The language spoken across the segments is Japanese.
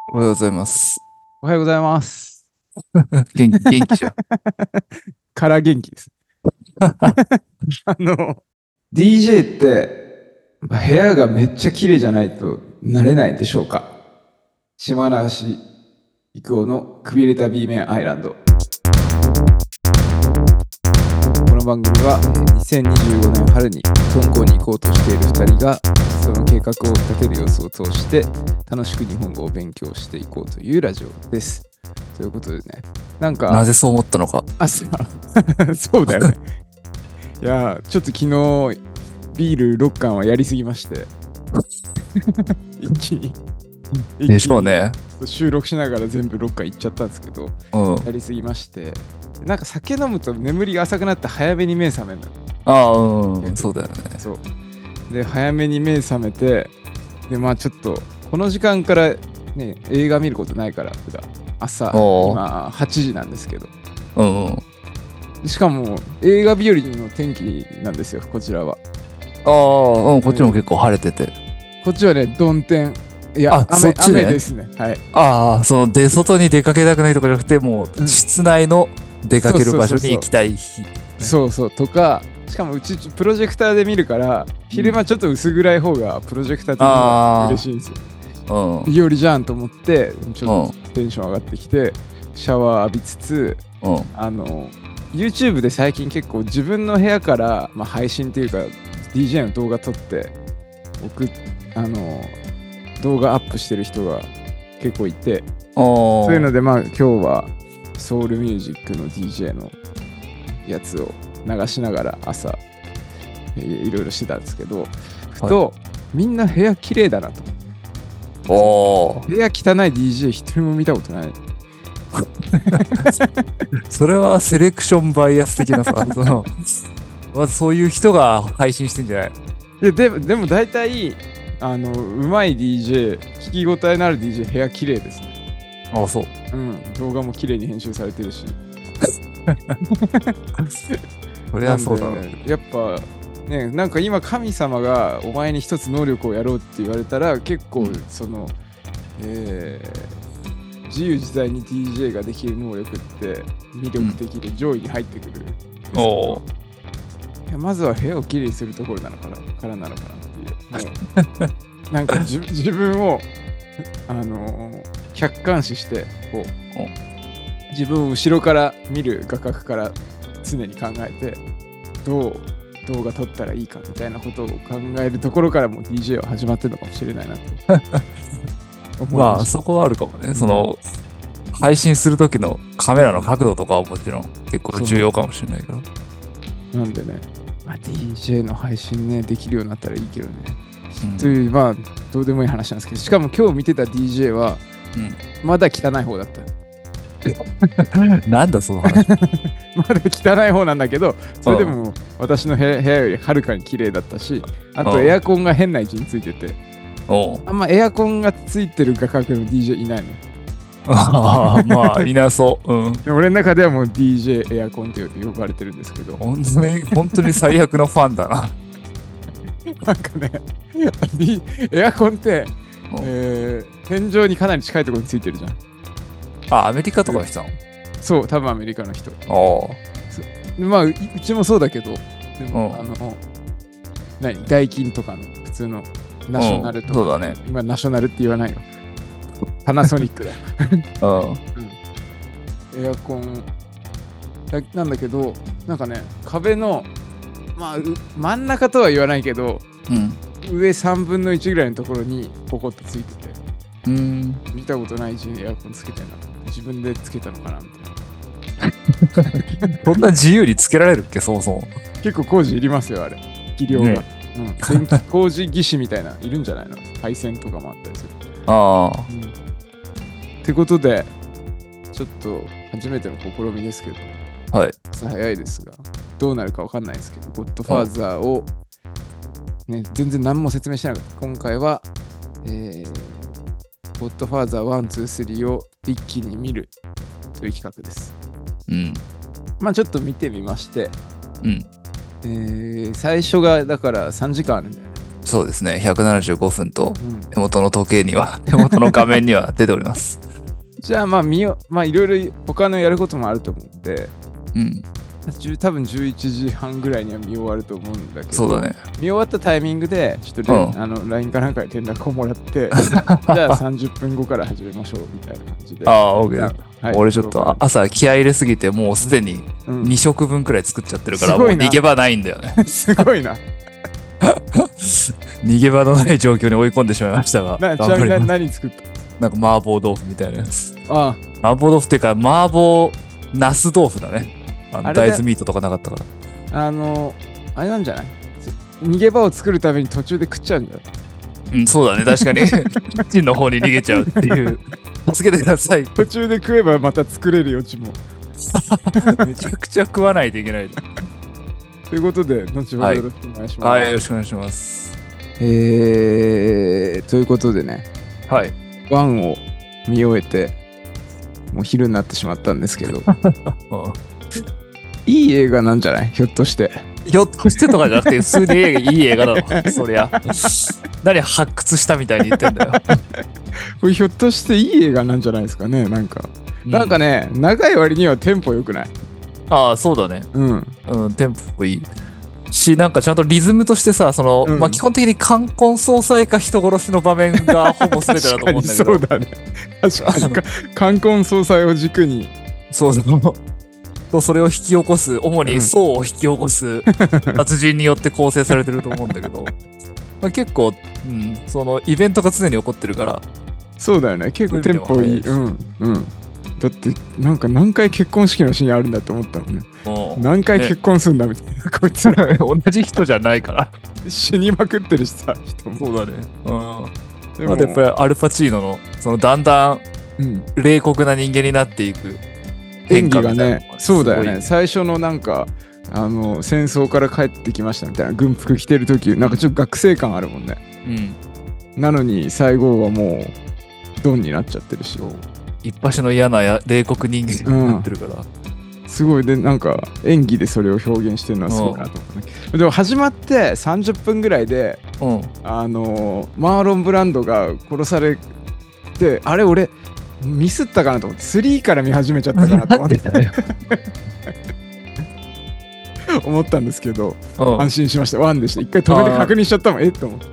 おはようございます。 おはようございます。 元気じゃん。 から元気です。DJ って、部屋がめっちゃ綺麗じゃないとなれないでしょうか。島梨郁夫のくびれた B 面アイランド。この番組は2025年春に敦煌に行こうとしている2人がその計画を立てる様子を通して楽しく日本語を勉強していこうというラジオです。ということでね、なんかなぜそう思ったのか。 そうだよね。いやちょっと昨日ビール6缶はやりすぎまして一気にでしょうね。 収録しながら全部6缶いっちゃったんですけど、やりすぎまして、なんか酒飲むと眠りが浅くなって早めに目覚めるの。 そうだよね。 そうで早めに目覚めて、でまあちょっとこの時間からね映画見ることないから普段朝今8時なんですけど、しかも映画日和の天気なんですよこちらは。 こっちも結構晴れてて。 こっちはね曇天、いや雨ですね。 はい。外に出かけたくないとかじゃなくて、もう室内の出かける場所に行きたい日。 そうとか、しかもうちプロジェクターで見るから昼間ちょっと薄暗い方がプロジェクター的には嬉しいんですよ。日和じゃんと思ってちょっとテンション上がってきてシャワー浴びつつ、YouTube で最近結構自分の部屋から、配信っていうか DJ の動画撮って動画アップしてる人が結構いて、そういうので今日はソウルミュージックの DJ のやつを流しながら朝いろいろしてたんですけど、ふと、みんな部屋綺麗だなと。部屋汚い DJ 一人も見たことない。 それはセレクションバイアス的なさ、まずそういう人が配信してんじゃない？ でも大体うまい DJ、聞き応えのある DJ 部屋綺麗ですね。 そう。 動画も綺麗に編集されてるし。 そりゃそうだろう。 やっぱね、なんか今神様がお前に一つ能力をやろうって言われたら結構自由自在に DJ ができる能力って魅力的で上位に入ってくるんですけど、いやまずは部屋をきれいにするところなのかなっていう、なんか自分を客観視してこう自分を後ろから見る画角から常に考えてどう動画撮ったらいいかみたいなことを考えるところからも DJ は始まってるのかもしれないなとそこはあるかもね。配信する時のカメラの角度とかはもちろん結構重要かもしれないけど。 なんでね、DJ の配信ねできるようになったらいいけどね、というどうでもいい話なんですけど、しかも今日見てた DJ は、まだ汚い方だった。 なんだその話。 まだ汚い方なんだけど、それでも私の部屋よりはるかに綺麗だったし、あとエアコンが変な位置についてて、あんまエアコンがついてる画角の DJ いないの。いなそう。 俺の中ではもう DJ エアコンって呼ばれてるんですけど、 本当に最悪のファンだな。 なんかね、エアコンって、天井にかなり近いところについてるじゃん。 アメリカとかの人なの？ そう、多分アメリカの人。うちもそうだけど、でもダイキンとかの普通のナショナルとか、 そうだね。 今ナショナルって言わないよ。パナソニックだよ。エアコンなんだけど、なんかね、壁の真ん中とは言わないけど、上3分の1ぐらいのところにポコッとついてて、見たことないしエアコンつけてるなと思って、自分でつけたのかなみたいな。 そんな自由につけられるっけ、そもそも。 結構工事いりますよ、あれ。技量が。工事技師みたいないるんじゃないの？配線とかもあったりする。ってことで、ちょっと初めての試みですけど、朝早いですが、どうなるか分かんないですけど、ゴッドファーザーを、全然何も説明してなかった。今回は、ゴッドファーザー1、2、3を一気に見るという企画です。ちょっと見てみまして、最初がだから3時間あるんだよね。 そうですね。175分とうん、 手元の時計には、手元の画面には出ております。 じゃあまあまあいろいろ他のやることもあると思うんで、 うん。 多分11時半ぐらいには見終わると思うんだけど、 そうだね。 見終わったタイミングでちょっと、LINE かなんかで連絡をもらってじゃあ30分後から始めましょうみたいな感じで。 ああ、OK。 はい、 俺ちょっと朝気合い入れすぎてもうすでに2食分くらい作っちゃってるから、もう逃げ場ないんだよね。 すごいな。 逃げ場のない状況に追い込んでしまいましたが。 ちなみに何作った？ なんか麻婆豆腐みたいなやつ。 ああ。麻婆豆腐っていうか麻婆ナス豆腐だね。大豆ミートとかなかったから。 あれなんじゃない？逃げ場を作るために途中で食っちゃうんだよ。 うん、そうだね。確かに。キッチンの方に逃げちゃうっていう。助けてください。 途中で食えばまた作れる余地も。 めちゃくちゃ食わないといけない。 ということで、後ほどよろしくお願いします。 はい、よろしくお願いします。 ということでね。 はい。 ワンを見終えて、もう昼になってしまったんですけど。いい映画なんじゃない？ひょっとして。 ひょっとしてとかじゃなくて、普通にいい映画だろ。そりゃ。何発掘したみたいに言ってんだよ。 これひょっとしていい映画なんじゃないですかね。なんかね、長い割にはテンポ良くない？ ああ、そうだね。 うん。 テンポいい。し、なんかちゃんとリズムとしてさ、まあ、基本的に冠婚葬祭か人殺しの場面がほぼ全てだと思うんだけど。 そうだね。確かに。冠婚葬祭を軸に。 そうそれを引き起こす、主に層を引き起こす殺人によって構成されてると思うんだけど、まあ、結構、そのイベントが常に起こってるから。 そうだよね。結構テンポいい。だってなんか何回結婚式のシーンあるんだって思ったのね。何回結婚するんだみたいな、こいつら同じ人じゃないから死にまくってるしさ、人も。 そうだね。でもやっぱりアルパチーノのそのだんだん冷酷な人間になっていく演技がね、そうだよね。最初のなんか戦争から帰ってきましたみたいな軍服着てる時、なんかちょっと学生感あるもんね。なのに最後はもうドンになっちゃってるし、 一発の嫌な冷酷人間になってるから、 すごい。でなんか演技でそれを表現してるのはすごいなと思って、でも始まって30分ぐらいで、マーロン・ブランドが殺されて、あれ俺ミスったかなと思って3から見始めちゃったかなと思って思ったんですけど、安心しました。1でした。一回止めて確認しちゃったもん。と思って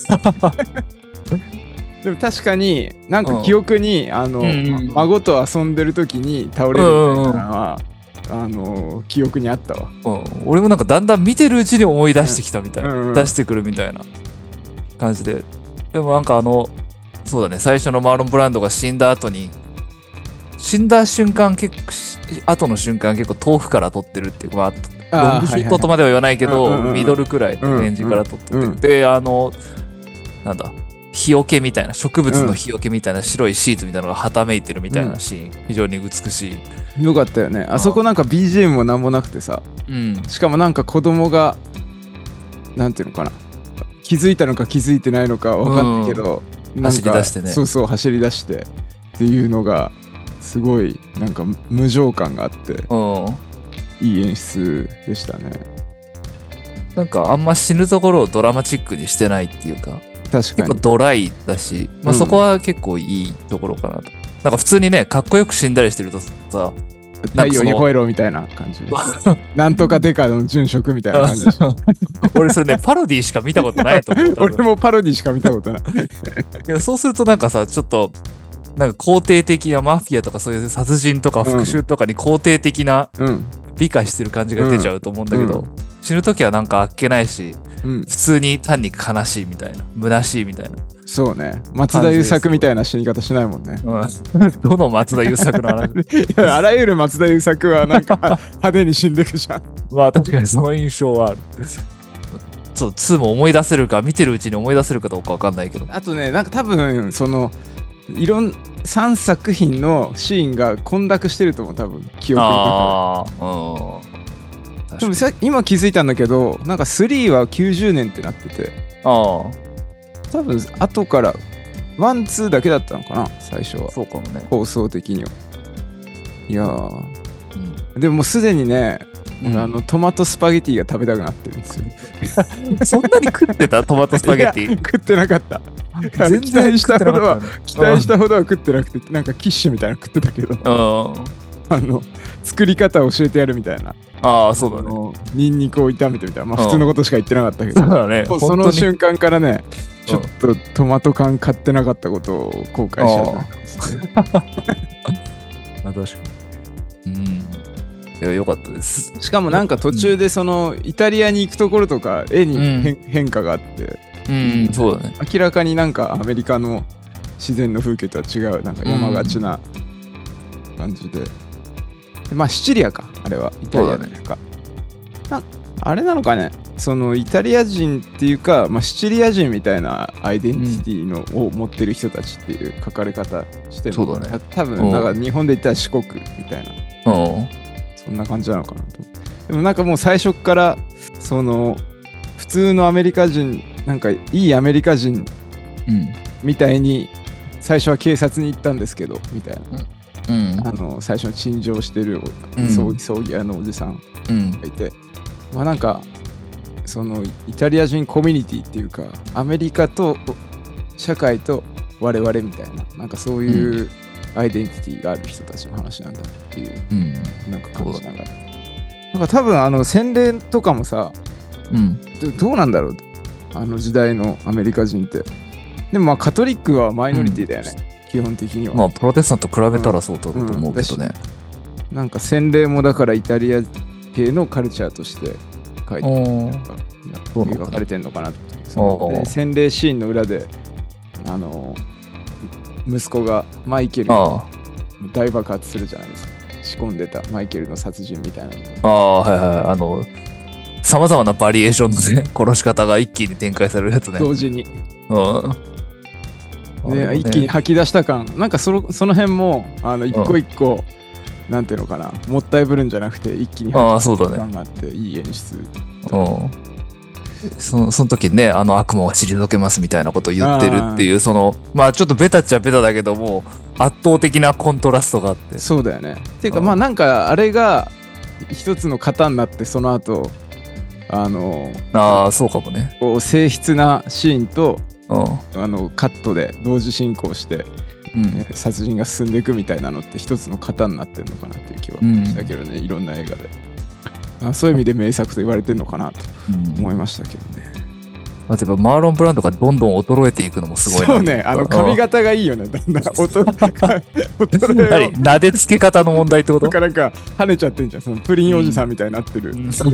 でも確かになんか記憶に孫と遊んでる時に倒れるみたいなのは記憶にあったわ。 俺もなんかだんだん見てるうちに思い出してきたみたいな、出してくるみたいな感じで。でもなんかそうだね、最初のマーロン・ブランドが死んだ後の瞬間結構遠くから撮ってるっていうか、ロングショットとまでは言わないけど、ミドルくらいのレンジから撮ってて、でなんだ日よけみたいな、植物の日よけみたいな白いシーツみたいなのがはためいてるみたいなシーン、非常に美しい。 よかったよね。あそこなんか BGM もなんもなくてさ、しかもなんか子供がなんていうのかな、気づいたのか気づいてないのか分かんないけど、 走り出してね。 そう走り出してっていうのがすごいなんか無情感があって、いい演出でしたね。なんかあんま死ぬところをドラマチックにしてないっていうか、 確かに結構ドライだし、そこは結構いいところかなと。なんか普通にね、かっこよく死んだりしてるとさ、 太陽に吠えろみたいな感じなんとかデカの殉職みたいな感じ俺それね、パロディしか見たことないと思う。 俺もパロディしか見たことないいや、そうするとなんかさ、ちょっとなんか肯定的なマフィアとかそういう殺人とか復讐とかに肯定的な理解してる感じが出ちゃうと思うんだけど、死ぬ時はなんかあっけないし、普通に単に悲しいみたいな、虚しいみたいな。 そうね、松田優作みたいな死に方しないもんね。 どの松田優作の話あらゆる松田優作はなんか派手に死んでくじゃん。 まあ確かにその印象はある。そう、2も思い出せるか、見てるうちに思い出せるかどうかわかんないけど。 あとね、なんか多分3作品のシーンが混濁してると思う、多分記憶の中で。でも今気づいたんだけど、なんか3は90年ってなってて、多分後から1、2だけだったのかな、最初は。 そうかもね。 放送的には。いやー、でももうすでにね、 トマトスパゲティが食べたくなってるんですよ。 そんなに食ってたトマトスパゲティ。 食ってなかった。 全然期待したほどは食ってなくて、なんかキッシュみたいなの食ってたけど、作り方を教えてやるみたいな。 ああ、そうだね。 ニンニクを炒めてみたいな。まあ普通のことしか言ってなかったけど、 そうだね。 その瞬間からね、ちょっとトマト缶買ってなかったことを後悔しちゃった。 確かに。いや、よかったです。 しかもなんか途中でそのイタリアに行くところとか絵に変化があって、 そうだね。 明らかになんかアメリカの自然の風景とは違う、なんか山がちな感じで。まあシチリアか、あれは。イタリアですか。あれなのかね、そのイタリア人っていうか、まあ、シチリア人みたいなアイデンティティのを持ってる人たちっていう書かれ方してる。 そうだね。 多分なんか日本で言ったら四国みたいな。そんな感じなのかなと。でもなんかもう最初からその普通のアメリカ人、なんかいいアメリカ人みたいに最初は警察に行ったんですけどみたいな、最初の陳情してる葬儀屋のおじさんがいて、まあなんかそのイタリア人コミュニティっていうか、アメリカと社会と我々みたいな、なんかそういうアイデンティティがある人たちの話なんだっていう、なんか感じながら、なんか多分洗礼とかもさ、どうなんだろう、あの時代のアメリカ人って。でもまあカトリックはマイノリティだよね、基本的には。 まあプロテスタント比べたらそうだと思うけどね。 なんか洗礼もだからイタリア系のカルチャーとして書いて描かれてんのかなと。洗礼シーンの裏で息子がマイケル大爆発するじゃないですか。仕込んでたマイケルの殺人みたいなの。さまざまなバリエーションのね殺し方が一気に展開されるやつね。 同時に。一気に吐き出した感、なんかその辺も一個一個、なんていうのかな、もったいぶるんじゃなくて一気に吐き出した感があって、いい演出。 その時ね、悪魔は退けますみたいなことを言ってるっていう、まあちょっとベタっちゃベタだけども、圧倒的なコントラストがあって。 そうだよね。っていうか、まあなんかあれが一つの型になって、その後そうかもね。 こう静筆なシーンとカットで同時進行して、殺人が進んでいくみたいなのって一つの型になってるのかなっていう気はしたけどね、いろんな映画で。そういう意味で名作と言われてるのかなと思いましたけどね。 例えばマーロン・ブランドがどんどん衰えていくのもすごいな。 そうね、髪型がいいよね、だんだん衰えを。撫でつけ方の問題ってこと？ なんか跳ねちゃってんじゃん、そのプリンおじさんみたいになってる。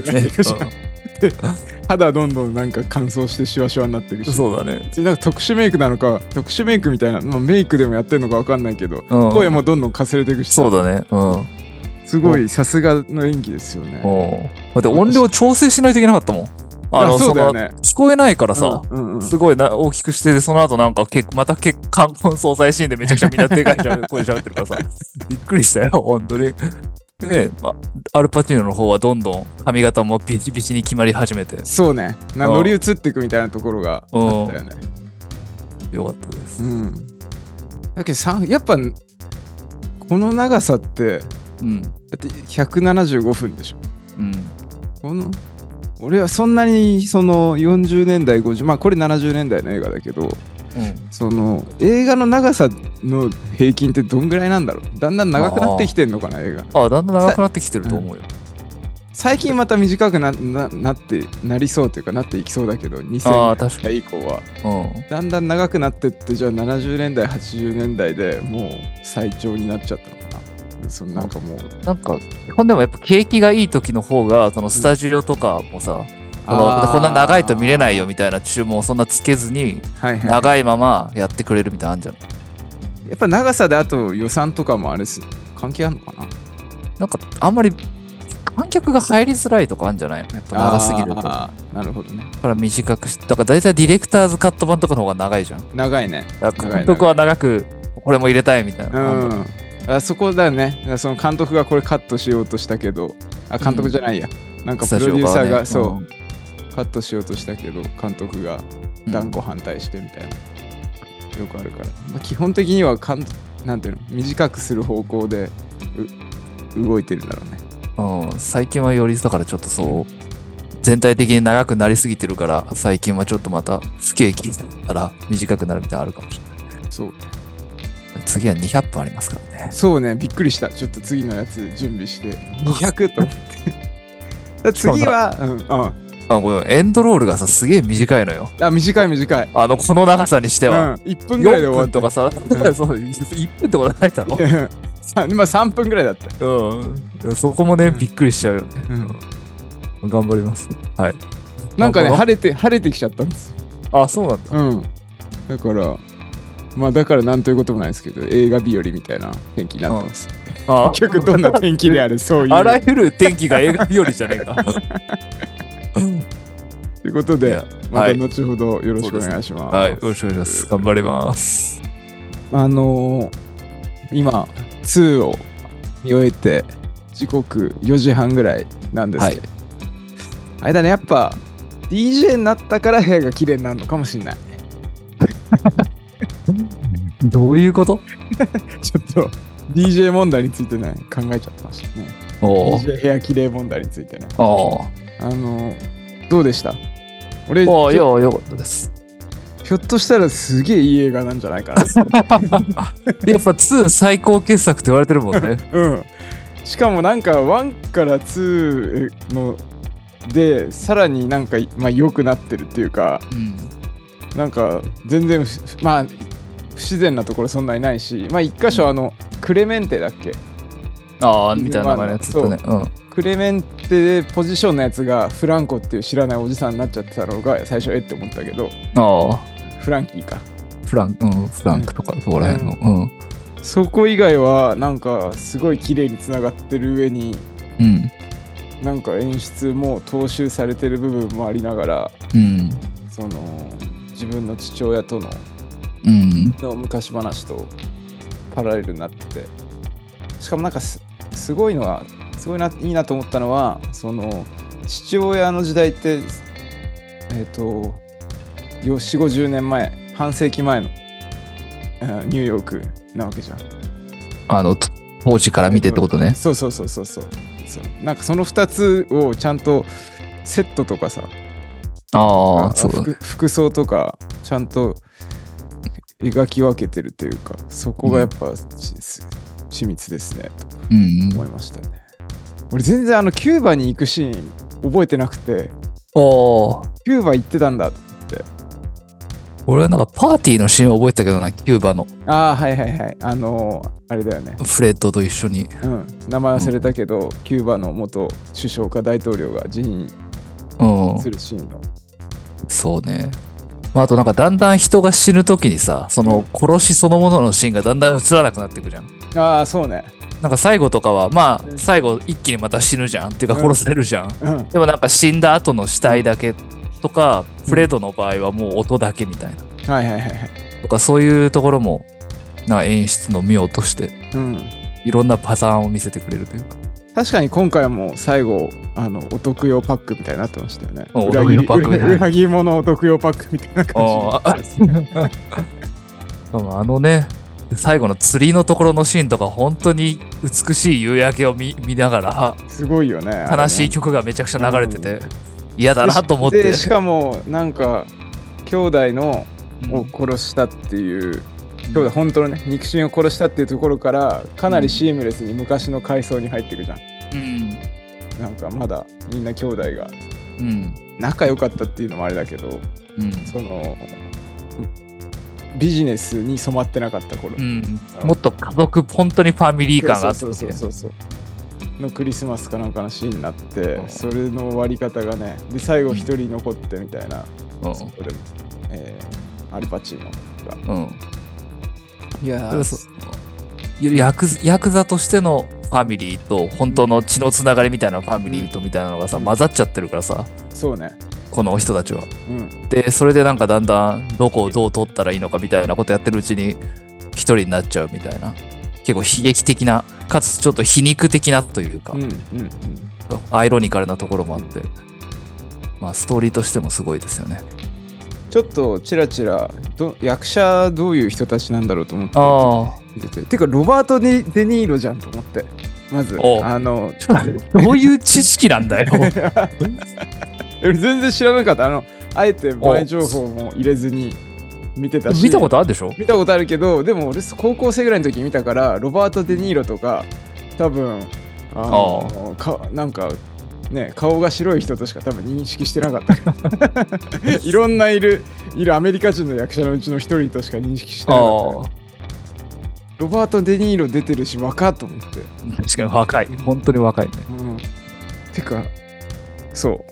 肌どんどんなんか乾燥してシワシワになってるし。 そうだね。 なんか特殊メイクなのか、特殊メイクみたいな、まあ、メイクでもやってるのか分かんないけど、声もどんどんかすれていくし。 そうだね。 すごいさすがの演技ですよね。 だって音量調整しないといけなかったもん。 そうだよね。 聞こえないからさ、すごい大きくして、その後なんかまた冠婚葬祭シーンでめちゃくちゃみんなでかい声で喋ってるからさ、びっくりしたよ、本当に。ね、アルパチーノの方はどんどん髪型もビチビチに決まり始めて。 そうね。乗り移っていくみたいなところがあったよね。 よかったです。 だけどやっぱこの長さって、だって175分でしょ。俺はそんなにその40年代50、まあこれ70年代の映画だけど、その映画の長さの平均ってどんぐらいなんだろう。だんだん長くなってきてんのかな、映画。 だんだん長くなってきてると思うよ。 最近また短くなりそうというかなっていきそうだけど、2000年代以降はだんだん長くなってって、じゃあ70年代80年代でもう最長になっちゃったのかな。なんかもうなんか基本でもやっぱ景気がいい時の方がそのスタジオとかもさ、こんな長いと見れないよみたいな注文をそんなつけずに、長いままやってくれるみたいなのあんじゃん。 やっぱ長さであと予算とかもあれ関係あるのかな。 なんかあんまり観客が入りづらいとかあるんじゃないの、やっぱ長すぎると。 なるほどね。 だから短くだから大体ディレクターズカット版とかの方が長いじゃん。 長いね。 監督は長くこれも入れたいみたいな。 そこだよね。その監督がこれカットしようとしたけど、監督じゃないや、なんかプロデューサーがカットしようとしたけど監督が断固反対してみたいな、よくあるから、基本的にはなんていうの、短くする方向で動いてるんだろうね。 最近はよりだからちょっとそう、全体的に長くなりすぎてるから、最近はちょっとまた不景気たら短くなるみたいなのあるかもしれない。 そう。 次は200分ありますからね。 そうね、びっくりした。ちょっと次のやつ準備して。200と思って。次は、 これエンドロールがさ、すげえ短いのよ。 短い。 この長さにしては。 1分ぐらいで終わった。 4分とかさ、そう、1分とかないだろ。 今3分ぐらいだった。 そこもね、びっくりしちゃうよね。頑張ります。はい。 なんかね、晴れてきちゃったんですよ。 そうなんだ。だからなんということもないですけど、映画日和みたいな天気になってます。結局どんな天気であれ、そういう。 あらゆる天気が映画日和じゃねえか。 ということで、また後ほどよろしくお願いします。 はい、よろしくお願いします。頑張ります。 今、2を見終えて、時刻4時半ぐらいなんですけど、あれだね、やっぱ DJ になったから部屋が綺麗になるのかもしれない。 どういうこと？ ちょっと DJ 問題についてね、考えちゃってましたね。DJ 部屋綺麗問題についてね。どうでした？俺、 よかったです。 ひょっとしたらすげえいい映画なんじゃないかな。 やっぱ2最高傑作って言われてるもんね。 しかもなんか1から2のでさらになんか良くなってるっていうか、なんか全然不自然なところそんなにないし、一箇所クレメンテだっけ？ みたいな名前のやつとね。 クレメンテでポジションのやつがフランコっていう知らないおじさんになっちゃってたのが最初って思ったけど、フランキーか。 フランクとかそこら辺の。 そこ以外はなんかすごい綺麗につながってる上に、なんか演出も踏襲されてる部分もありながら、その自分の父親との昔話とパラレルになってて、しかもなんかすごいいいなと思ったのは、その父親の時代って4、50年前、半世紀前のニューヨークなわけじゃん。 当時から見てってことね。 そう。なんかその2つをちゃんとセットとかさ、服装とかちゃんと描き分けてるというか、そこがやっぱ緻密ですねと思いましたね。俺全然キューバに行くシーン覚えてなくて、キューバ行ってたんだって。 俺はなんかパーティーのシーンを覚えてたけどな、キューバの。 はい。あれだよね。 フレッドと一緒に。 名前忘れたけど、キューバの元首相か大統領が辞任するシーンの。 そうね。あとなんかだんだん人が死ぬときにさ、その殺しそのもののシーンがだんだん映らなくなっていくじゃん。 そうね。 なんか最後とかは最後一気にまた死ぬじゃんっていうか殺されるじゃん。でもなんか死んだ後の死体だけとか、フレドの場合はもう音だけみたいな。とかそういうところも演出の妙として、いろんなパターンを見せてくれるというか。 確かに今回も最後お得用パックみたいになってましたよね。 裏切り物お得用パックみたいな感じ。ね、最後の釣りのところのシーンとか本当に美しい夕焼けを見ながら、 すごいよね。 悲しい曲がめちゃくちゃ流れてて、嫌だなと思って。 でしかもなんか兄弟のを殺したっていう、兄弟本当のね肉親を殺したっていうところからかなりシームレスに昔の階層に入っていくじゃん。なんかまだみんな兄弟が仲良かったっていうのもあれだけど、そのビジネスに染まってなかった頃、 もっと家族本当にファミリー感があって、 そうのクリスマスかなんかのシーンになって、それの終わり方がね、で最後一人残ってみたいな、そこで、アルパチーノが、いやヤクザとしてのファミリーと本当の血のつながりみたいなファミリーとみたいなのがさ、混ざっちゃってるからさ。 そうね。 この人たちは。でそれでなんかだんだんどこをどう取ったらいいのかみたいなことやってるうちに一人になっちゃうみたいな、結構悲劇的なかつちょっと皮肉的なというか、アイロニカルなところもあって、ストーリーとしてもすごいですよね。 ちょっとチラチラ役者どういう人たちなんだろうと思って見てて、てかロバート・デ・ニーロじゃんと思って。 まず。 どういう知識なんだよ。 全然知らなかった。あえて前情報も入れずに見てたし。 見たことあるでしょ？ 見たことあるけど、でも俺高校生ぐらいの時に見たから、ロバート・デ・ニーロとか多分なんかね、顔が白い人としか多分認識してなかったいろんないるアメリカ人の役者のうちの一人としか認識してなかった。ロバート・デ・ニーロ出てるし若っと思って。 確かに若い、本当に若いね。 てかそう、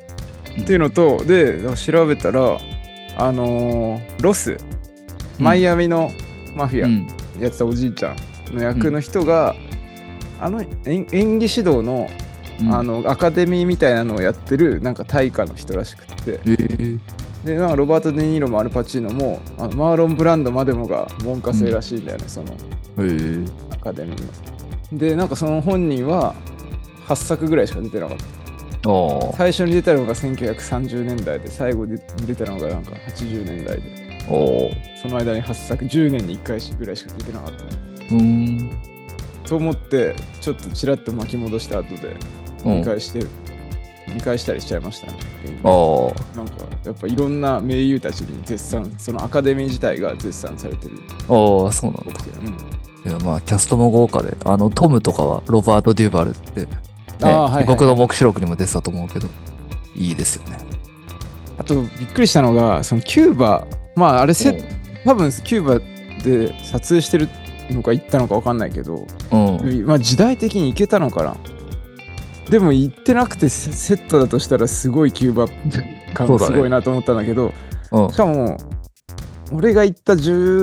っていうのとで調べたらロス、マイアミのマフィアやってたおじいちゃんの役の人が、演技指導のアカデミーみたいなのをやってるなんか大家の人らしくて、でなんかロバート・デ・ニーロもアルパチーノもマーロン・ブランドまでもが門下生らしいんだよね、そのアカデミーの。でなんかその本人は8作ぐらいしか出てなかった。最初に出たのが1930年代で、最後で出たのがなんか80年代で、その間に8作、10年に1回ぐらいしか出てなかった、ね。と思ってちょっとちらっと巻き戻した後で見返したりしちゃいましたね。なんかやっぱいろんな名優たちに絶賛、そのアカデミー自体が絶賛されてる。 そうなんだ。いやまあキャストも豪華で、トムとかはロバート・デュバルって、ね、僕の黙示録にも出てたと思うけど、いいですよね。 あとびっくりしたのが、そのキューバ、まああれ多分キューバで撮影してるのか行ったのか分かんないけど、まあ時代的に行けたのかな。でも行ってなくてセットだとしたらすごいキューバ感すごいなと思ったんだけど、しかも俺が行った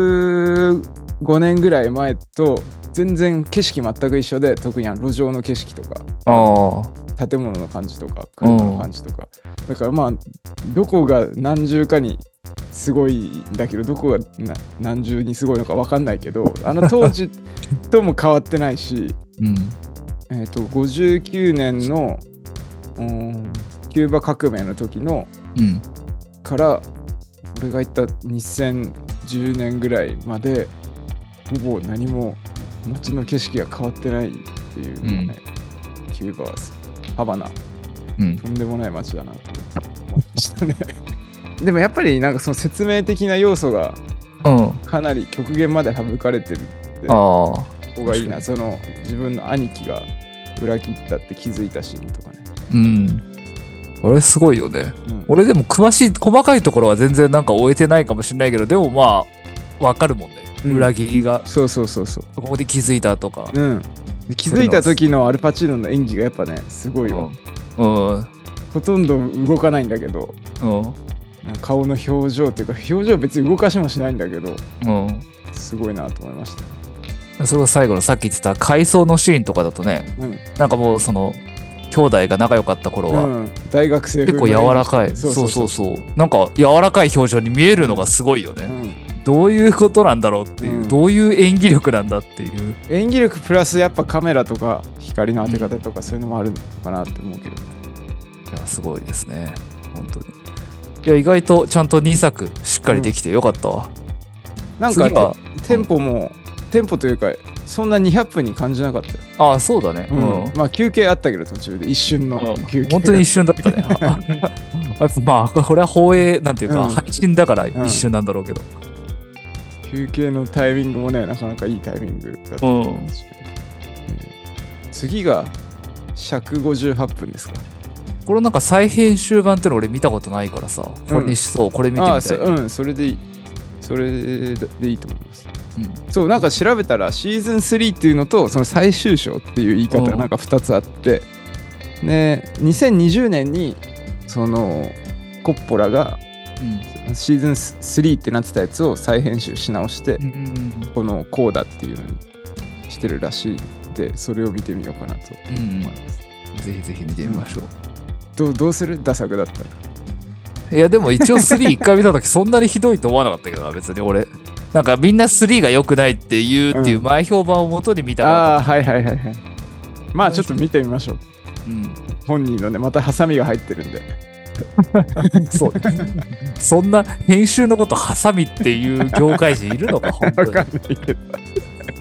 15年ぐらい前と全然景色全く一緒で、特に路上の景色とか建物の感じとか車の感じとか、だからまあどこが何重かにすごいんだけど、どこが何重にすごいのか分かんないけど、当時とも変わってないし、59年のキューバ革命の時の、から俺が行った2010年ぐらいまでほぼ何も街の景色が変わってないっていうのね、キューバはハバナ、とんでもない街だなと思いましたねでもやっぱりなんかその説明的な要素がかなり極限まで省かれてるって方がいいな。その自分の兄貴が裏切ったって気づいたシーンとかね。 あれすごいよね。俺でも細かいところは全然なんか終えてないかもしれないけど、でもまあわかるもんね、裏切りが。そうここで気づいたとか、 気づいた時のアルパチーノの演技がやっぱねすごいよ。ほとんど動かないんだけど、顔の表情っていうか、表情別に動かしもしないんだけど、すごいなと思いました。 それが最後のさっき言ってた回想のシーンとかだとね、なんかもうその兄弟が仲良かった頃は、 大学生結構柔らかい、なんか柔らかい表情に見えるのがすごいよね。どういうことなんだろうっていう、どういう演技力なんだっていう。 演技力プラスやっぱカメラとか光の当て方とかそういうのもあるのかなって思うけど、 いやすごいですね本当に。いや意外とちゃんと2作しっかりできてよかったわ。 なんかテンポというかそんな200分に感じなかったよ。 そうだね。 まあ休憩あったけど途中で一瞬の休憩、 本当に一瞬だったねまあこれは放映なんていうか、配信だから一瞬なんだろうけど、 休憩のタイミングもねなかなかいいタイミングだったと思うんですよ。次が158分ですか。 これなんか再編集版っての俺見たことないからさ、これにしそう、これ見てみたい。 それでいいと思います。そうなんか調べたらシーズン3っていうのとその最終章っていう言い方がなんか2つあって、ね、2020年にそのコッポラがシーズン3ってなってたやつを再編集し直して、このコーダっていうのにしてるらしいんで、それを見てみようかなと思います。 ぜひぜひ見てみましょう。どうする？ダサくだったら。 いやでも一応3一回見た時そんなにひどいと思わなかったけどな、別に俺。なんかみんな3が良くないっていうっていう前評判を元に見たから。 はい。まあちょっと見てみましょう。本人のね、またハサミが入ってるんで。 そう。そんな編集のことハサミっていう業界人いるのか、本当に。 わかんないけど。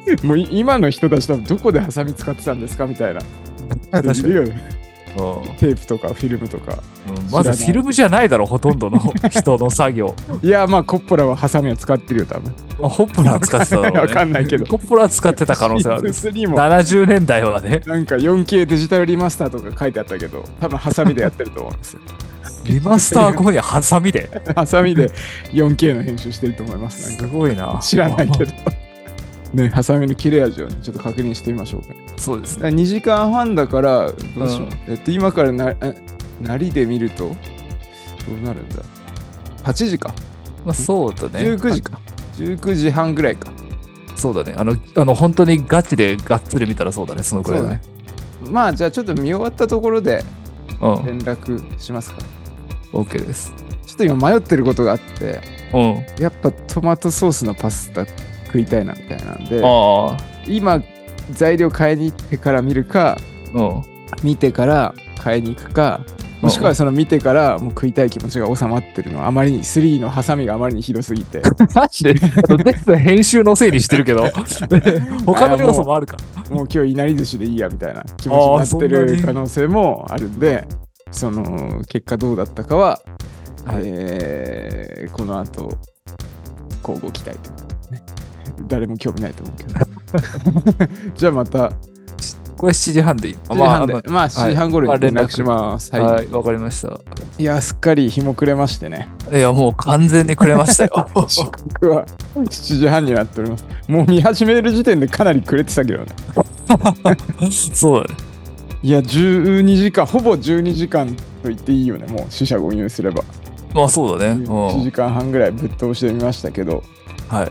もう今の人たち多分どこでハサミ使ってたんですかみたいな。 確かにいるよね。テープとかフィルムとか。 まずフィルムじゃないだろ、ほとんどの人の作業。 いや、まあコッポラはハサミを使ってるよ、多分。 ホッポラー使ってただろうね。 わかんないけど。 コッポラー使ってた可能性ある。 3も 70年代はね。 なんか 4K デジタルリマスターとか書いてあったけど、多分ハサミでやってると思うんですよ。 リマスター後にハサミでハサミで 4K の編集してると思います。 すごいな。 知らないけど。ね、ハサミの切れ味を、ね、ちょっと確認してみましょうか。 そうですね。 2時間半だから、どうしよう。今からなりで見ると、どうなるんだ ?8 時か。 まあそうだね。 19時か。19時半ぐらいか。 そうだね。本当にガチでがっつり見たらそうだね、そのくらいだね。 まあ、じゃあちょっと見終わったところで連絡しますか。 OK です。 ちょっと今迷ってることがあって、やっぱトマトソースのパスタ食いたいなみたいなんで、今材料買いに行ってから見るか、見てから買いに行くか、もしくはその見てからもう食いたい気持ちが収まってるのはあまりに3のハサミがあまりにひどすぎてマジで編集のせいにしてるけど他の要素もあるか。 もう今日いなり寿司でいいやみたいな気持ちになってる可能性もあるんで、その結果どうだったかは、この後交互期待というね、誰も興味ないと思うけどじゃあまたこれ7時半でいい。 まあ7時半頃に連絡します。 はい、わかりました。 いや、すっかり日も暮れましてね。 いや、もう完全に暮れましたよ。 時刻は7時半になっております。もう見始める時点でかなり暮れてたけどね。 そうだね。 いや、12時間、ほぼ12時間と言っていいよね、もう四捨五入すれば。 まあそうだね。 1時間半ぐらいぶっ通してみましたけど、 はい。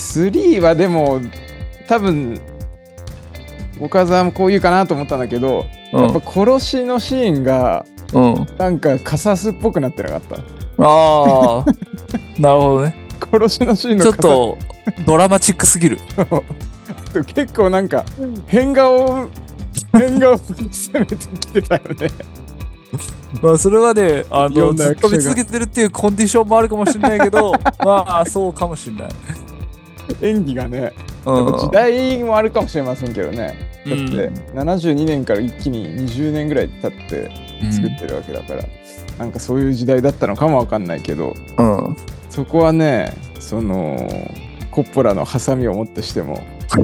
3はでも、多分、岡澤もこう言うかなと思ったんだけど、やっぱ殺しのシーンが、なんかカサスっぽくなってなかった。 ああ、なるほどね。 殺しのシーンのちょっとドラマチックすぎる。 結構なんか変顔攻めてきてたよね。 まあそれはね、ずっと見続けてるっていうコンディションもあるかもしれないけど、まあそうかもしれない。 演技がね、時代もあるかもしれませんけどね。だって72年から一気に20年ぐらい経って作ってるわけだから、なんかそういう時代だったのかもわかんないけど、そこはね、そのコッポラのハサミを持ってしても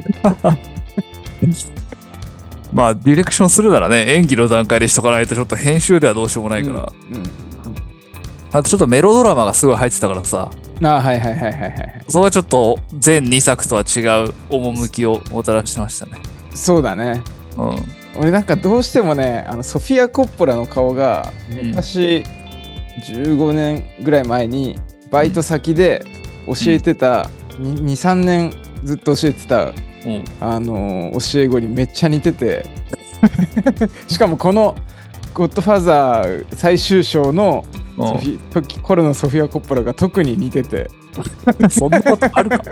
まあディレクションするならね、演技の段階でしとかないとちょっと編集ではどうしようもないから、あとちょっとメロドラマがすごい入ってたからさ、そこはちょっと全2作とは違う趣をもたらしてましたね。 そうだね。俺なんかどうしてもね、ソフィア・コッポラの顔が昔、15年ぐらい前にバイト先で教えてた、2、3年ずっと教えてた、教え子にめっちゃ似ててしかもこのゴッドファーザー最終章の頃のソフィア・コッポラが特に似ててそんなことあるか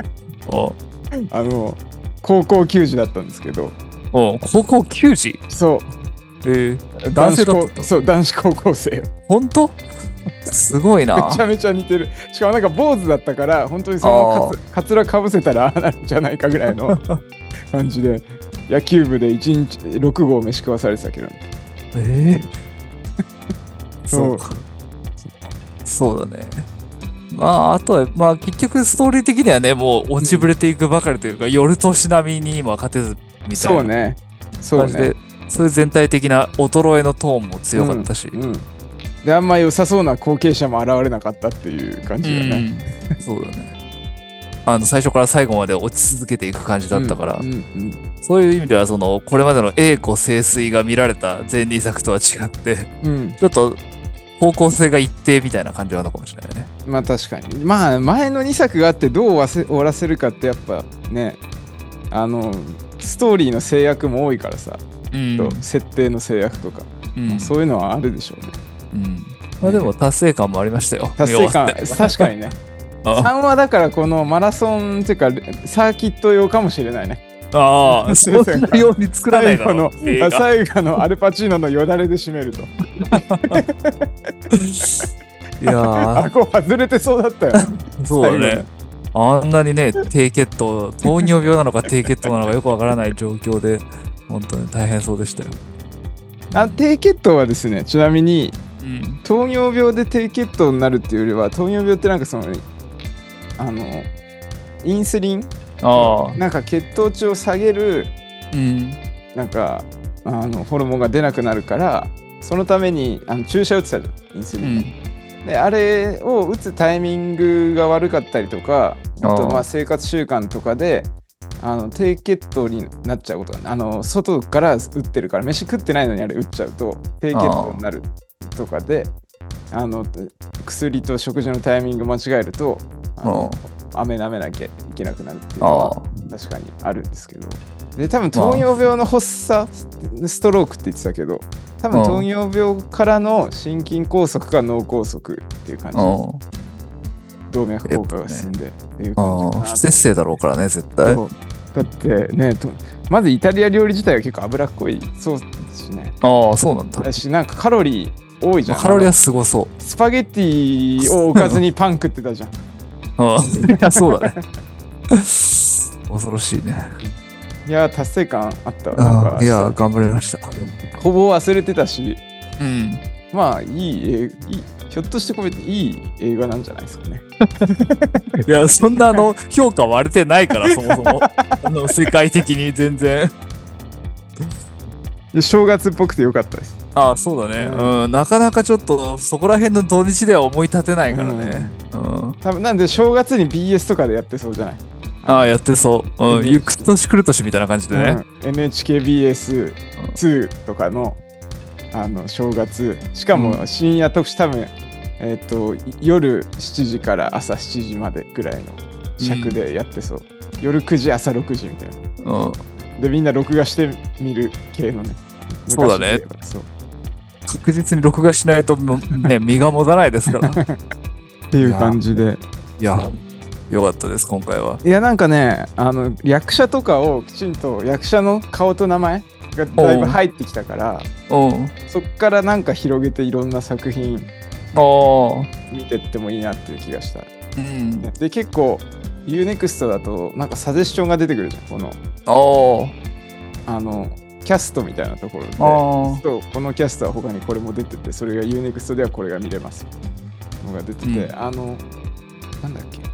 高校球児だったんですけど。 高校球児？ そう。 男性だった。 そう、男子高校生よ。 本当？すごいな。 めちゃめちゃ似てる。しかもなんか坊主だったから、本当にそのカツラかぶせたらああなるんじゃないかぐらいの感じで、野球部で1日6号飯食わされてたけど。 そうだね。まあ、あとは、まあ、結局ストーリー的にはね、もう落ちぶれていくばかりというか、夜年並みにも勝てずみたいな感じで、そういう全体的な衰えのトーンも強かったし。 で、あんま良さそうな後継者も現れなかったっていう感じだね。 そうだね。最初から最後まで落ち続けていく感じだったから、そういう意味では、これまでの栄枯盛衰が見られた前2作とは違って、ちょっと、方向性が一定みたいな感じはあるのかもしれないね。 まあ確かに。まあ前の2作があってどう終わらせるかってやっぱね、ストーリーの制約も多いからさ、設定の制約とか、そういうのはあるでしょうね。 まあでも達成感もありましたよ。 達成感、確かにね。3はだからこのマラソンっていうかサーキット用かもしれないね。 ああ、そんなように作らないから。 最後のアルパチーノのよだれで締めると。 いやー、 こう外れてそうだったよ。 そうだね。 あんなにね、低血糖、糖尿病なのか低血糖なのかよくわからない状況で、本当に大変そうでしたよ。 低血糖はですね、ちなみに、 うん、 糖尿病で低血糖になるっていうよりは、糖尿病ってなんかその、インスリンなんか血糖値を下げる、 うん、 なんかホルモンが出なくなるから、そのために注射打ってたじゃん、インスリン、うん、であれを打つタイミングが悪かったりとか、あとまあ生活習慣とかで低血糖になっちゃうことが、外から打ってるから飯食ってないのにあれ打っちゃうと低血糖になるとかで、薬と食事のタイミング間違えると飴舐めなきゃいけなくなるっていうのは確かにあるんですけど、で多分糖尿病の発作ストロークって言ってたけど、多分糖尿病からの心筋梗塞か脳梗塞っていう感じ、動脈硬化が進んでっていう感じ、 不摂生だろうからね絶対。 だってね、まずイタリア料理自体は結構脂っこいそうですしね。 そうなんだ。 だしなんかカロリー多いじゃん。 カロリーはすごそう。 スパゲッティをおかずにパン食ってたじゃん。 いやそうだね。恐ろしいね。 いや達成感あったわ。 いや頑張りました。 ほぼ忘れてたし、 うん、 まあいいひょっとしてこれいい映画なんじゃないですかね。 いやそんな評価割れてないからそもそも世界的に全然。 正月っぽくてよかったです。 そうだね、うん、なかなかちょっとそこら辺の土日では思い立てないからね、 多分なんで正月に BS とかでやってそうじゃない。 やってそう、ゆく年来る年みたいな感じでね、 NHKBS2 とかの正月、しかも深夜特集、多分夜7時から朝7時までぐらいの尺でやってそう、夜9時朝6時みたいな、でみんな録画してみる系のね。 そうだね。確実に録画しないとね身が持たないですからっていう感じで、 いやよかったです今回は。 いやなんかね役者とかをきちんと役者の顔と名前がだいぶ入ってきたから、そっからなんか広げていろんな作品見てってもいいなっていう気がした、で結構 UNEXT だとなんかサジェスションが出てくるじゃん、このキャストみたいなところで、このキャストは他にこれも出てて、それが UNEXT ではこれが見れますのが出てて、なんだっけ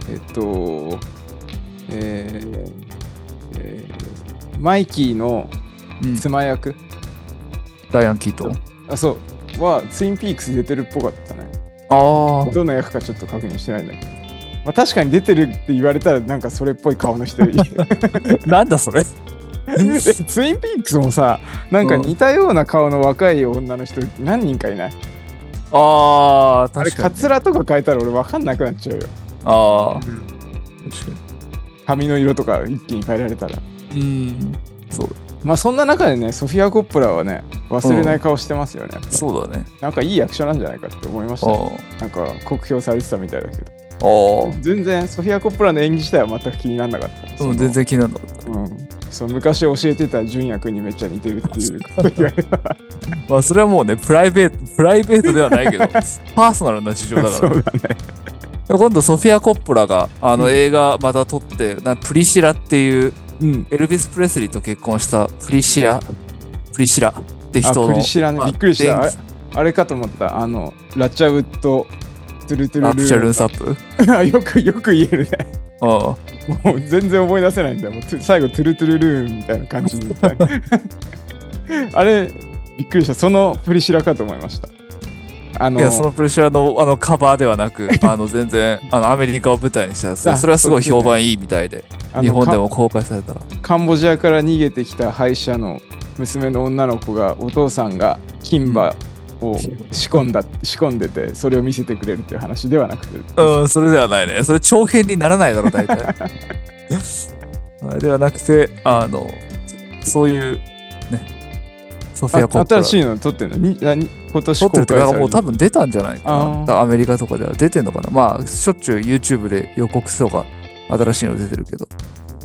マイキーの妻役、 ダイアン・キートンそうはツインピークス出てるっぽかったね。どの役かちょっと確認してないんだけど、まあ、確かに出てるって言われたらなんかそれっぽい顔の人いるなんだそれツインピークスもさ、なんか似たような顔の若い女の人何人かいない？ 確かに。 あれカツラとか変えたら俺分かんなくなっちゃうよ。確かに。髪の色とか一気に変えられたら。 そう。 まあそんな中でね、ソフィア・コッポラはね、忘れない顔してますよね。 そうだね。 なんかいい役者なんじゃないかって思いました、なんか酷評されてたみたいだけど。全然ソフィア・コッポラの演技自体は全く気にならなかった。 全然気にならなかった。 そう昔教えてた純也君にめっちゃ似てるっていうこと言われた。 まあそれはもうねプライベートではないけどパーソナルな事情だから。 そうだね。 今度ソフィア・コッポラが映画また撮ってプリシラっていう、エルビス・プレスリーと結婚したプリシラって人の。 プリシラね、びっくりした。あれかと思った。ラッチャウッドトゥルトゥルルーン。 ラッチャルーンサップよく言えるね。もう全然思い出せないんだよ。もう最後トゥルトゥルルーンみたいな感じにあれびっくりした。そのプリシラかと思いました。 いやそのプレッシャーのカバーではなく全然アメリカを舞台にしたやつ、それはすごい評判いいみたいで、日本でも公開されたらカンボジアから逃げてきた敗者の娘の女の子がお父さんが金馬を仕込んでてそれを見せてくれるっていう話ではなくて、 それではないね。それ長編にならないだろ大体ではなくてそういうねソフィア・コッポラ新しいの撮ってんのに今年撮ってるとかもう多分出たんじゃないかな。アメリカとかでは出てんのかな。まあしょっちゅう YouTube で予告とか新しいの出てるけど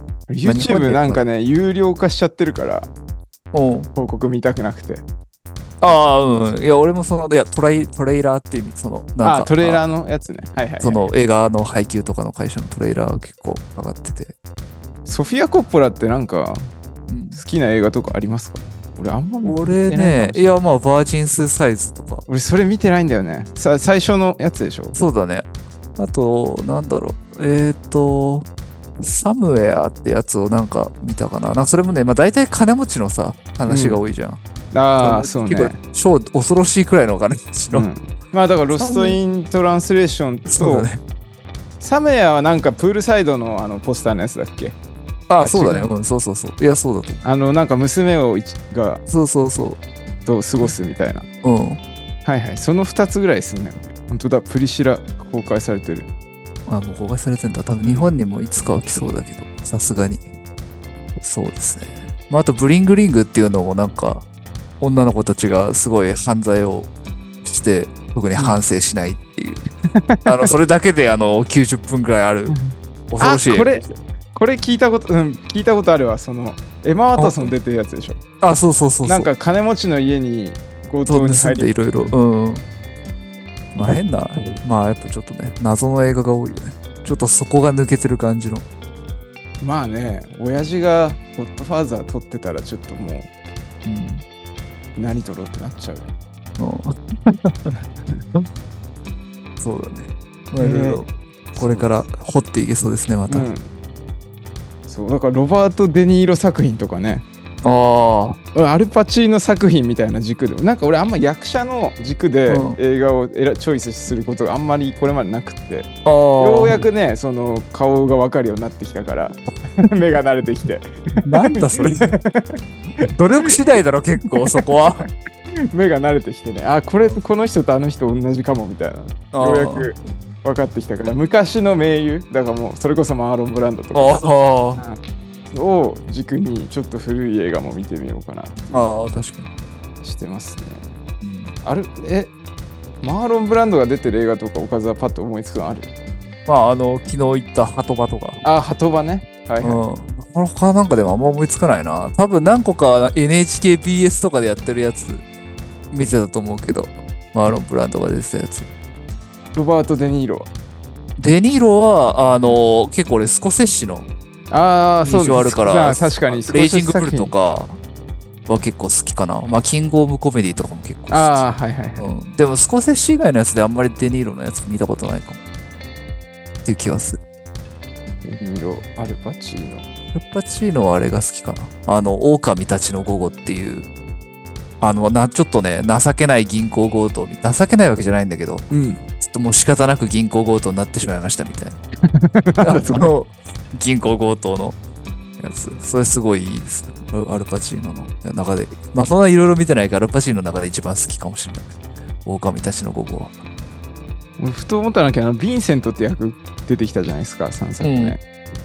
YouTube なんかね有料化しちゃってるから広告見たくなくてああ、うん。いや、俺もいや、トレイラーっていう意味、なんか、 トレーラーのやつね。はいはい、はい。 その映画の配給とかの会社のトレーラーが結構上がってて。 ソフィア・コッポラってなんか、 うん、 好きな映画とかありますか？俺あんま見てない。 俺ね、いや、まあ、バージンスサイズとか。 俺それ見てないんだよね。最初のやつでしょ？ そうだね。あと、なんだろう。サムウェアってやつをなんか見たかな。なんかそれもね、まあ大体金持ちのさ、話が多いじゃん。 ああ、そうね。 結構超恐ろしいくらいのお金持ちの。 まあだからロストイントランスレーションと、 ね、 サムウェアはなんかプールサイドのポスターのやつだっけ？ ああ、そうだね。うん、そうそうそう。いや、そうだと。 なんか娘が、 そうそうそう。 と過ごすみたいな。 うん。 はいはい。その2つぐらいですね。本当だ、プリシラ公開されてる。 あ、もう公開されてんだ。多分日本にもいつかは来そうだけど、さすがに。そうですね。まあ、あと、ブリングリングっていうのもなんか、女の子たちがすごい犯罪をして、特に反省しないっていう。それだけで90分くらいある。恐ろしい。 これ聞いたことあるわ。エマ・ワトソン出てるやつでしょ。 あ、そうそうそうそう。 なんか金持ちの家に強盗に入り、 いろいろ。うん。まあ変な、まあやっぱちょっとね、謎の映画が多いよね。ちょっとそこが抜けてる感じの。 まあね、親父がゴッドファーザー撮ってたらちょっともう、何撮ろうってなっちゃう。 そうだね。まあいろいろ、これから掘っていけそうですね、また。 そうだからロバート・デ・ニーロ作品とかね、 アルパチーノ作品みたいな軸で、なんか俺あんま役者の軸で映画をチョイスすることがあんまりこれまでなくて、ようやくね、その顔が分かるようになってきたから目が慣れてきてなんだそれ努力次第だろ結構そこは目が慣れてきてね、この人とあの人同じかもみたいな、ようやく分かってきたから、昔の名優だからもうそれこそマーロン・ブランドとかを軸にちょっと古い映画も見てみようかな。 確かにしてますね。マーロン・ブランドが出てる映画とかおかずはパッと思いつくのある？ まあ昨日言ったハトバとか。 ハトバね。はいはい。 他なんかでもあんま思いつかないな。多分何個か NHKBS とかでやってるやつ見てたと思うけど、マーロン・ブランドが出てたやつ。 ロバート・デ・ニーロは結構俺スコセッシの印象あるから、 確かにレイジング・ブルとかは結構好きかな。まあキング・オブ・コメディとかも結構好き。 はいはい、 でもスコセッシ以外のやつであんまりデ・ニーロのやつ見たことないかもっていう気がする。 デ・ニーロ、アルパチーノ。 アルパチーノはあれが好きかな。狼たちの午後っていう、ちょっとね、情けない銀行強盗、情けないわけじゃないんだけど、ちょっともう仕方なく銀行強盗になってしまいましたみたいな。その銀行強盗のやつ。それすごいいいです。アルパチーノの中で。まあそんないろいろ見てないから、アルパチーノの中で一番好きかもしれない。狼たちの午後は。 ふと思ったんだけど、ヴィンセントって役出てきたじゃないですか、3作目。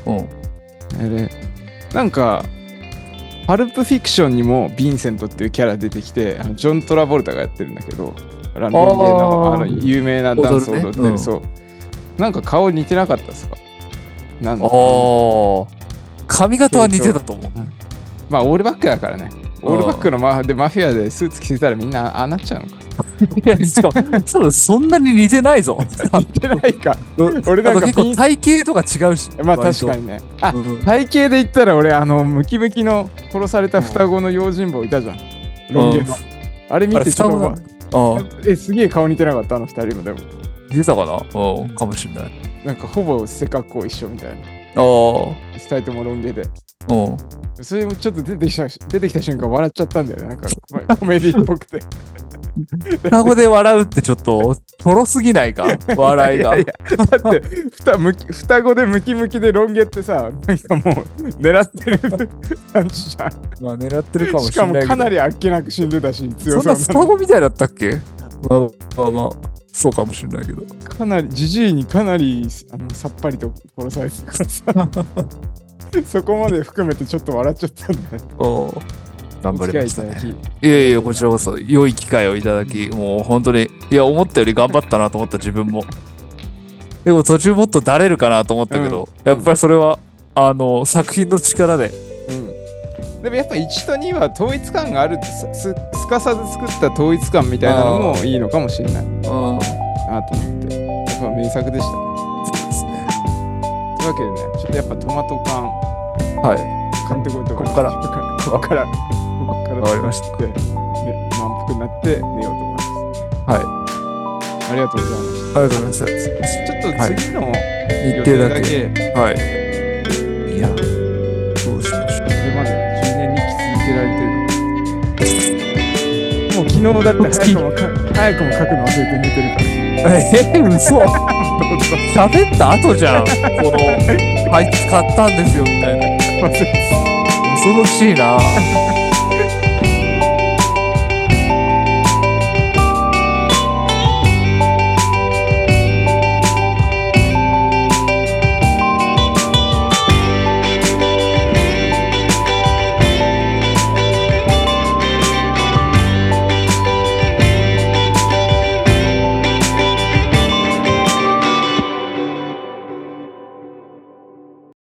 なんか、パルプフィクションにもヴィンセントっていうキャラ出てきて、ジョン・トラボルタがやってるんだけど、ランドンゲーの有名なダンスを踊ってる、そう。なんか顔似てなかったですか？なんだ髪型は似てたと思う。 まあ、オールバックだからね。オールバックのマフィアでスーツ着せたらみんなああなっちゃうのか。 いや、しかも、そんなに似てないぞ。 似てないか。俺なんか結構体型とか違うし。 まあ確かにね。体型で言ったら俺、ムキムキの殺された双子の用心棒いたじゃん。ロン毛の。あれ見てちょっと、すげえ顔似てなかった、あの二人もでも。 似てたかな？かもしれない。 なんかほぼ背格好一緒みたいな。二人ともロン毛で。それもちょっと出てきた瞬間笑っちゃったんだよね。なんかコメディっぽくて。 双子で笑うってちょっととろすぎないか笑いが。 だって双子でムキムキでロン毛ってさ、なんかもう狙ってる感じじゃん。 まあ狙ってるかもしれないけど。 しかもかなりあっけなく死んでたし、 強そうな。そんな双子みたいだったっけ？まあそうかもしれないけど。 かなりジジイにかなりさっぱりと殺されてたからさ。そこまで含めてちょっと笑っちゃったんだよ。 頑張りましたね。いやいや、こちらこそ良い機会をいただき、もう本当に、いや、思ったより頑張ったなと思った自分も。でも途中もっとだれるかなと思ったけど、やっぱりそれは、作品の力で、 でもやっぱ1と2は統一感があるってすかさず作った統一感みたいなのもいいのかもしれないなと思って、やっぱ名作でしたね。 そうですね。 というわけでね、ちょっとやっぱトマト缶買ってこいとここからわかりました。で、満腹になって寝ようと思います。 はい。 ありがとうございました。 ありがとうございます。 ちょっと次の日程だけ。はい。いや、どうしましょう。 これまで10年日記続けられてるのか。もう昨日だって早くも書くの忘れて寝てるから。 嘘喋った後じゃん。この、あいつ買ったんですよ、みたいな。恐ろしいな。